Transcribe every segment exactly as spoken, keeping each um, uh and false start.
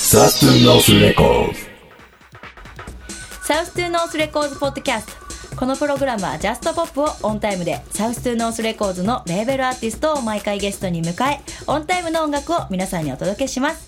サウストゥーノースレコーズサウストゥーノースレコーズポッドキャスト。このプログラムはジャストポップをオンタイムでサウストゥーノースレコーズのレーベルアーティストを毎回ゲストに迎え、オンタイムの音楽を皆さんにお届けします。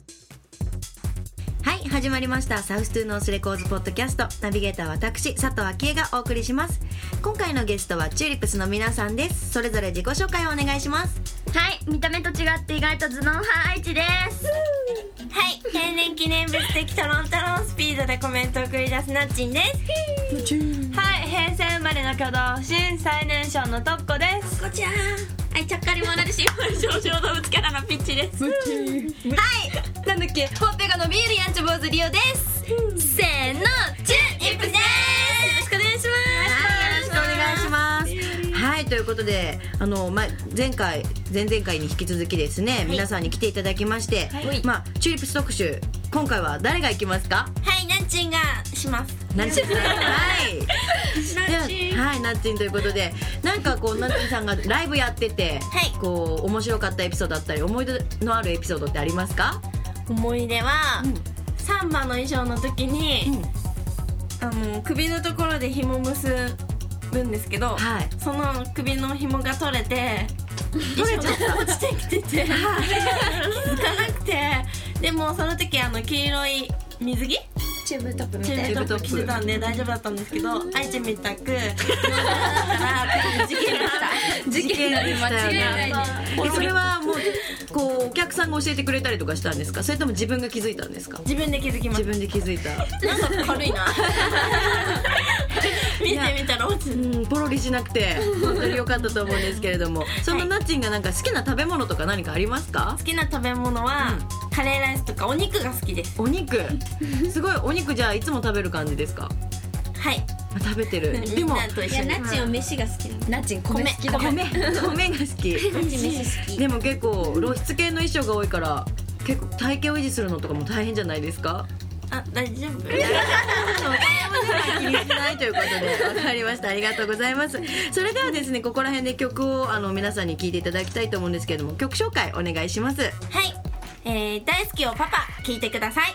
はい、始まりましたサウストゥーノースレコーズポッドキャスト。ナビゲーターは私佐藤昭恵がお送りします。今回のゲストはチューリップスの皆さんです。それぞれ自己紹介をお願いします。 はい、見た目と違って意外と頭脳派愛知です。 はい、天然記念物的トロントロンスピードでコメントを繰り出すなっちんです。 はい、平成生まれの挙動新最年少のトッコです。 こちらはい、ちゃっかり者でシンプル上昇動物キャラのピッチです。はい、 なんだっけ、ほっぺが伸びるやんちょ坊主リオです。 せーの、チューイップです。よろしくお願いします。 はい、よろしくお願いします。はい、ということであの、ま、前回前々回に引き続きですね、はい、皆さんに来ていただきまして、はい、まあ、チューリップス特集、今回は誰が行きますか？ はい、なっちんがします。 なっちんはいはい、なっちんということで、なんかこうなっちんさんがライブやってて、はい、こう面白かったエピソードだったり思い出のあるエピソードってありますか？ 思い出は、うん、サンバの衣装の時に、うん、あの首のところで紐結ぶんですけど、はい、その首の紐が取れて取れちゃった落ちてきてて気づかなくて、でもその時あの黄色い水着チューブトップみたいなチューブトップ着てたんで大丈夫だったんですけど、愛知みたく事件でした事件でしたよね。それはもうこうお客さんが教えてくれたりとかしたんですか？それとも自分が気づいたんですか？ 自分で気づきました。 自分で気づいた。 なんか軽いな見てみたら落ちる、 うん、ポロリしなくて本当に良かったと思うんですけれども、そのナッチンがなんか好きな食べ物とか何かありますか？ 好きな食べ物は、うん、カレーライスとかお肉が好きです。 お肉すごい。お肉じゃあいつも食べる感じですか？ はい、 食べてる。 でもナッチンは飯が好きなの。 ナッチン米好きだもん。 米米が好き。 ナッチン飯好き。 でも結構露出系の衣装が多いから結構体型を維持するのとかも大変じゃないですか？ あ、大丈夫。 気にしないということで分かりました。ありがとうございます。それではですね、ここら辺で曲をあの皆さんに聴いていただきたいと思うんですけれども、曲紹介お願いします。 はい、えー、大好きよパパ聴いてください。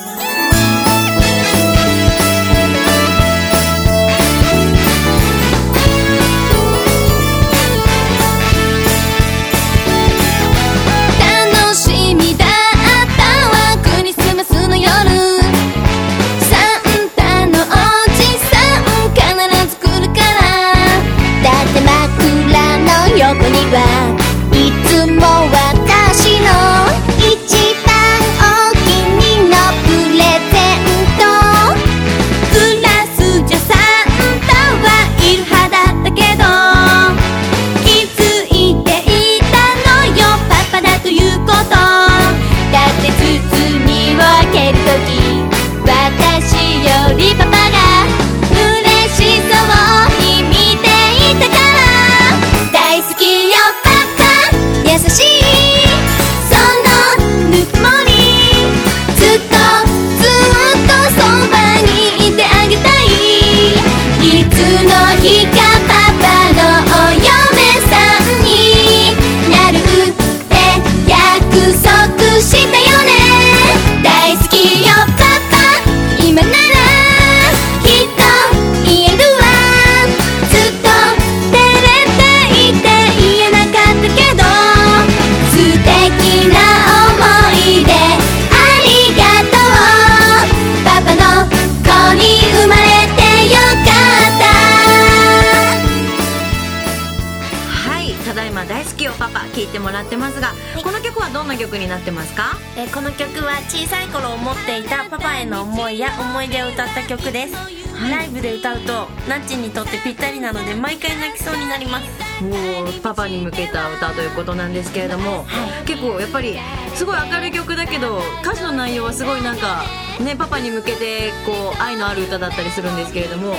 楽しみだったわクリスマスの夜、横にはいつも私の一番お気に入りのプレゼント。クラスじゃサンタはいる派だったけど気づいていたのよパパだということ。だって包みを開けるとき私よりパパが嬉しそうに見ていたから。大好きよパパ優しいそのぬくもり、ずっとずっとそばにいてあげたい。いつの日かパパのお嫁さんになるって約束したよね。大好きよパパ今ならきっと言えるわ。ずっと照れていて言えなかったけど素敵な思い出ありがとう。パパの子に生まれてよかった。 はい、ただいま大好きよパパ聴いてもらってますが、はい、この曲はどんな曲になってますか？ えー、この曲は小さい頃思っていたパパへの思いや思い出を歌った曲です。はい、ライブで歌うとナッチンにとってぴったりなので毎回泣きそうになります。 もうパパに向けた歌ということなんですけれども、はい、結構やっぱりすごい明るい曲だけど歌詞の内容はすごいなんかね、パパに向けてこう愛のある歌だったりするんですけれども、はい、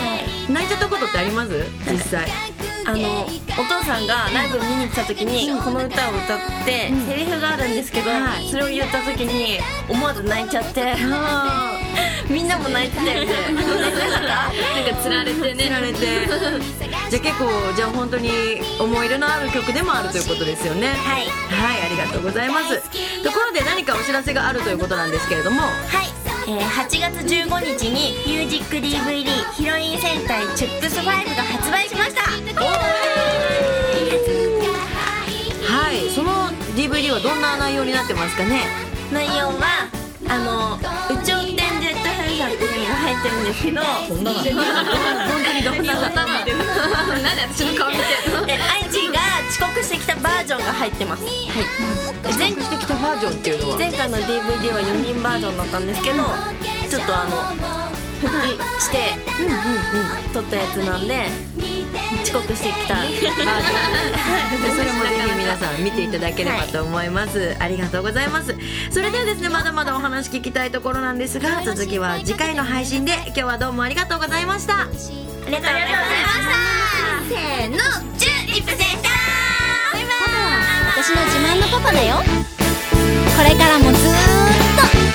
泣いちゃったことってあります？実際あのお父さんがライブ見に来た時にこの歌を歌って、うん、セリフがあるんですけど、はい、それを言った時に思わず泣いちゃってみんなも泣いてたよね。 なんかつられてねつられてじゃあ結構じゃあ本当に思い入れのある曲でもあるということですよね。 はい、 はい、ありがとうございます。ところで何かお知らせがあるということなんですけれども、 はい、えー、はちがつじゅうごにちにミュージック ディーブイディー ヒロイン戦隊チュックスファイブが発売しました。 はい、その ディーブイディー はどんな内容になってますかね。 内容はあの宇宙天ジェット噴射っていうのが入ってるんですけど、 そんなの本当にどんなのなんで私の顔見てるの。 え愛知が遅刻してきたバージョンが入ってます。はい、 前してきたバージョンっていうのは前回の ディーブイディー はよにんバージョンだったんですけど、ちょっとあの復帰して、うんうんうん、撮ったやつなんで遅刻してきたバージョンそれもぜひ皆さん見ていただければと思います、はい、ありがとうございます。それではですね、まだまだお話聞きたいところなんですが、続きは次回の配信で。今日はどうもありがとうございました。 ありがとうございました。せーの、チューリップでした。バイバイ。 私の自慢のパパだよ。これからもずーっと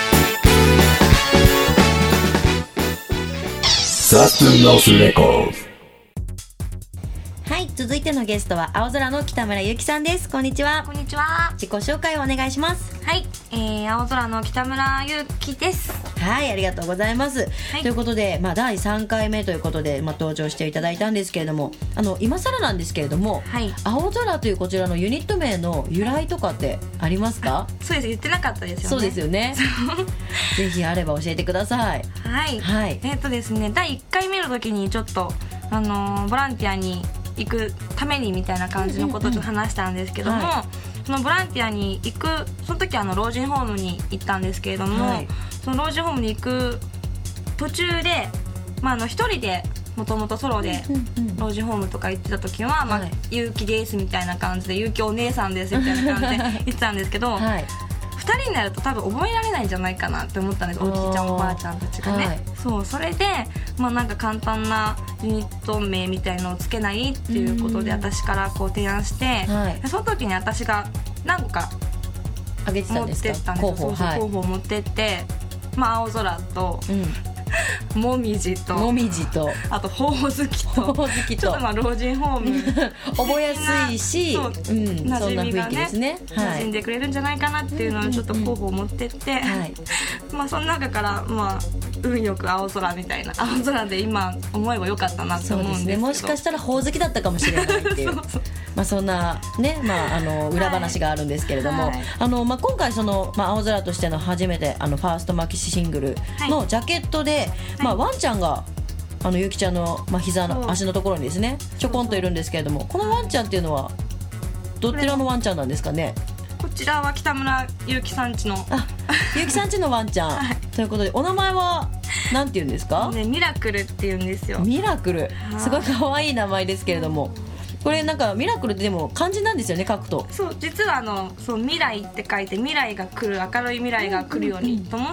サステノスレコーズ。 はい、続いてのゲストは青空の北村ゆきさんです。こんにちは。 こんにちは。 自己紹介をお願いします。 はい、えー、青空の北村ゆきです。 はい、ありがとうございます、はい、ということで、まあ、だいさんかいめということで、まあ、登場していただいたんですけれども、あの今更なんですけれども、はい、青空というこちらのユニット名の由来とかってありますか？ そうです、言ってなかったですよね。 そうですよねぜひあれば教えてください。 はい、はい、えーっとですね、だいいっかいめの時にちょっと、あのー、ボランティアに行くためにみたいな感じのことをちょっと話したんですけども、うんうんうん、はい、そのボランティアに行く、その時はあの老人ホームに行ったんですけれども、はい、その老人ホームに行く途中で、まあ、あの一人でもともとソロで老人ホームとか行ってた時は、まあ、ゆうきですみたいな感じで、ゆうきお姉さんですみたいな感じで言ってたんですけど、はい、ふたりになると多分覚えられないんじゃないかなって思ったんです。おじいちゃんおばあちゃんたちがね、はい、そう、それで、まあ、なんか簡単なユニット名みたいのをつけないっていうことで私からこう提案して、はい、その時に私が何個か持ってったんですよ。候補、はい、候補を持ってって、まあ、青空と、うん、もみじともみじとあとほおずきとほおずきとちょっとまあ老人ホーム覚えやすいし、うん、馴染みがね、ね、 馴染んでくれるんじゃないかなっていうのをちょっと候補を持ってって、はい、まあその中からまあ運よく青空みたいな、青空で今思えばよかったなと思うんですけど、そうですね、 もしかしたらほおずきだったかもしれないっていうそうそう、まあ、そんな、ね、まあ、あの裏話があるんですけれども、はい、あのまあ、今回その、まあ、青空としての初めてあのファーストマキシシングルのジャケットで、はい、まあ、ワンちゃんがあのゆきちゃんの、まあ、膝の足のところにですねちょこんといるんですけれども、このワンちゃんっていうのはどちらのワンちゃんなんですかね？ こちらは北村ゆきさんちのあゆきさんちのワンちゃん、はい、ということでお名前はなんて言うんですか？ ね、ミラクルって言うんですよ。 ミラクル、すごい可愛い名前ですけれども、これなんかミラクルってでも漢字なんですよね、書くと。 そう、実はあのそう未来って書いて未来が来る、明るい未来が来るようにと思って、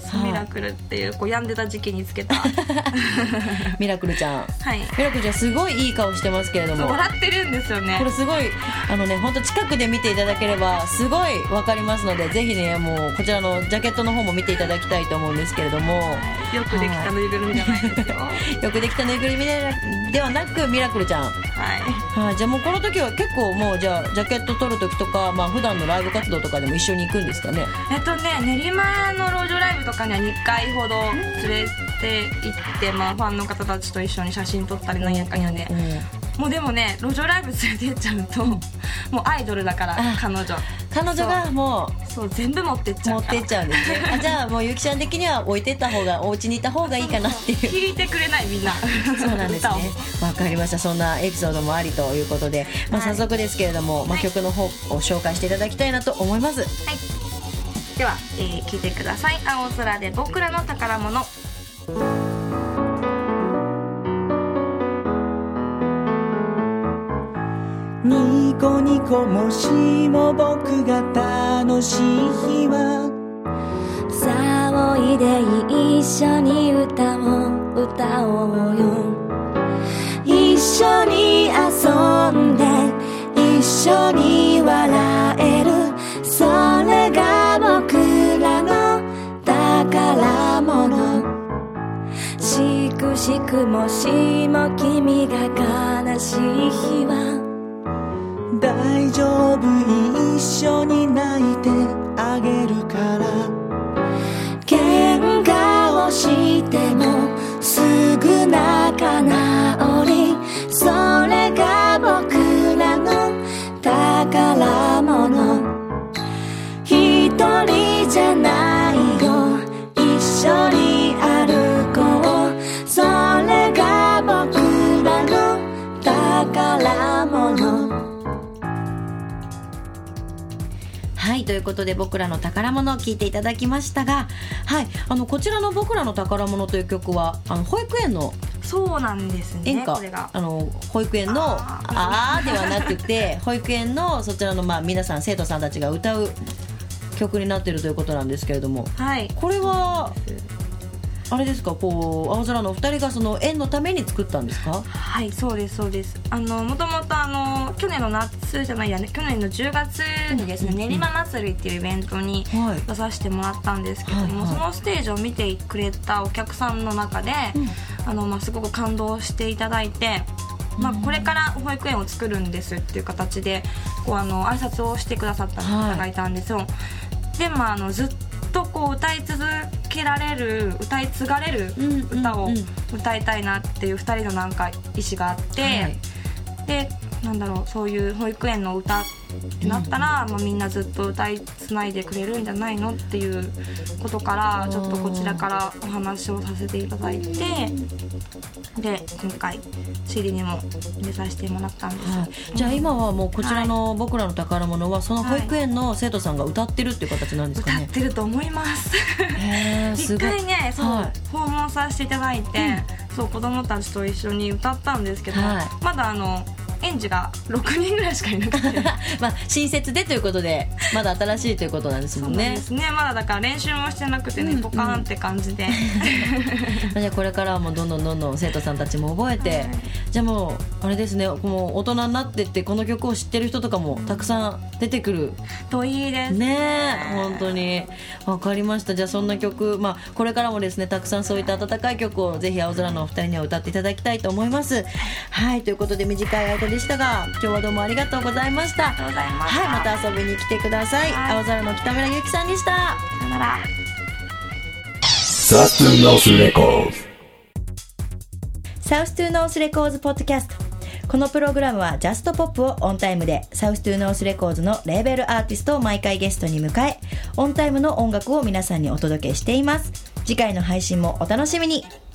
うんうんうん、ミラクルっていう、こう病んでた時期につけたミラクルちゃん、はい、ミラクルちゃんすごいいい顔してますけれども、 笑ってるんですよね。 これすごいあのね、本当近くで見ていただければすごいわかりますので、ぜひね、もうこちらのジャケットの方も見ていただきたいと思うんですけれども、 よくできたぬいぐるみじゃないですよよくできたぬいぐるみではなくミラクルちゃん、はいはい、じゃあもうこの時は結構もうじゃあジャケット撮る時とか、まあ普段のライブ活動とかでも一緒に行くんですかね？ えっとね、練馬の路上ライブとかにはにかいほど連れて行って、まあ、ファンの方たちと一緒に写真撮ったりなんやかんやで、うんうん、もうでもね、路上ライブ連れて行っちゃうと、うん、もうアイドルだから、彼女彼女がもうそう全部持ってっちゃう持ってっちゃうんですねあ、じゃあもうゆきちゃん的には置いてった方が、お家にいた方がいいかなっていう聞いてくれないみんなそうなんですね、わかりました。そんなエピソードもありということで、まあ、早速ですけれども、はい、まあ、曲の方を紹介していただきたいなと思います。はい、 では、えー、聴いてください。青空で僕らの宝物。 ニコニコもしも僕が楽しい日は、 さあおいで一緒に歌を歌おうよ。一緒に遊んで一緒に笑える、それが僕らの宝物。 しくもしも君が悲しい日は大丈夫一緒に泣いてあげるから喧嘩をしてもすぐ仲直りそれが僕らの宝物一人じゃないよ一緒に歩こうそれが僕らの宝物はい、ということで僕らの宝物を聞いていただきましたが、はい、あのこちらの僕らの宝物という曲はあの保育園のそうなんですね。 演歌、 これがあの保育園のあーではなくて保育園のそちらのまあ皆さん生徒さんたちが歌う曲になっているということなんですけれども、 はい、 これはあれですか、こう青空のお二人がその園のために作ったんですか？ はい、そうですそうです。あのもともとあの去年の夏じゃないやね去年のじゅうがつにですね、うんうんうん、練馬祭りっていうイベントに出させてもらったんですけども、はいはい、そのステージを見てくれたお客さんの中で、うん、あのまあ、すごく感動していただいて、まあ、これから保育園を作るんですっていう形でこうあの挨拶をしてくださった方がいたんですよ、はい、で、まあ、あのずっとこう歌い続けられる歌い継がれる歌を歌いたいなっていうふたりのなんか意思があって、はい、でなんだろうそういう保育園の歌ってなったら、まあ、みんなずっと歌いつないでくれるんじゃないのっていうことからちょっとこちらからお話をさせていただいてで今回 シーディー にも入れさせてもらったんです、 はい、じゃあ今はもうこちらの僕らの宝物はその保育園の生徒さんが歌ってるっていう形なんですかね？ 歌ってると思います一回ねそう、はい、訪問させていただいて、うん、そう子供たちと一緒に歌ったんですけど、はい、まだあの園児がろくにんぐらいしかいなくてまあ新設でということでまだ新しいということなんですもんね。 そうですね、まだだから練習もしてなくてね、うん、ポカーンって感じでじゃあこれからはもうどんどんどんどん生徒さんたちも覚えて、はい、じゃあもうあれですね、もう大人になってってこの曲を知ってる人とかもたくさん出てくるといいですね。本当に分かりました。じゃあそんな曲、まあ、これからもですねたくさんそういった温かい曲をぜひ青空のお二人には歌っていただきたいと思います。はい、ということで短い間でしたが今日はどうもありがとうございました。 ありがとうございました。 はい、また遊びに来てください、はい、青空の北村ゆきさんでした。 さよなら。 サウストゥノースレコーズサウストゥノースレコーズポッドキャスト。このプログラムはジャストポップをオンタイムでサウストゥノースレコーズのレーベルアーティストを毎回ゲストに迎えオンタイムの音楽を皆さんにお届けしています。次回の配信もお楽しみに。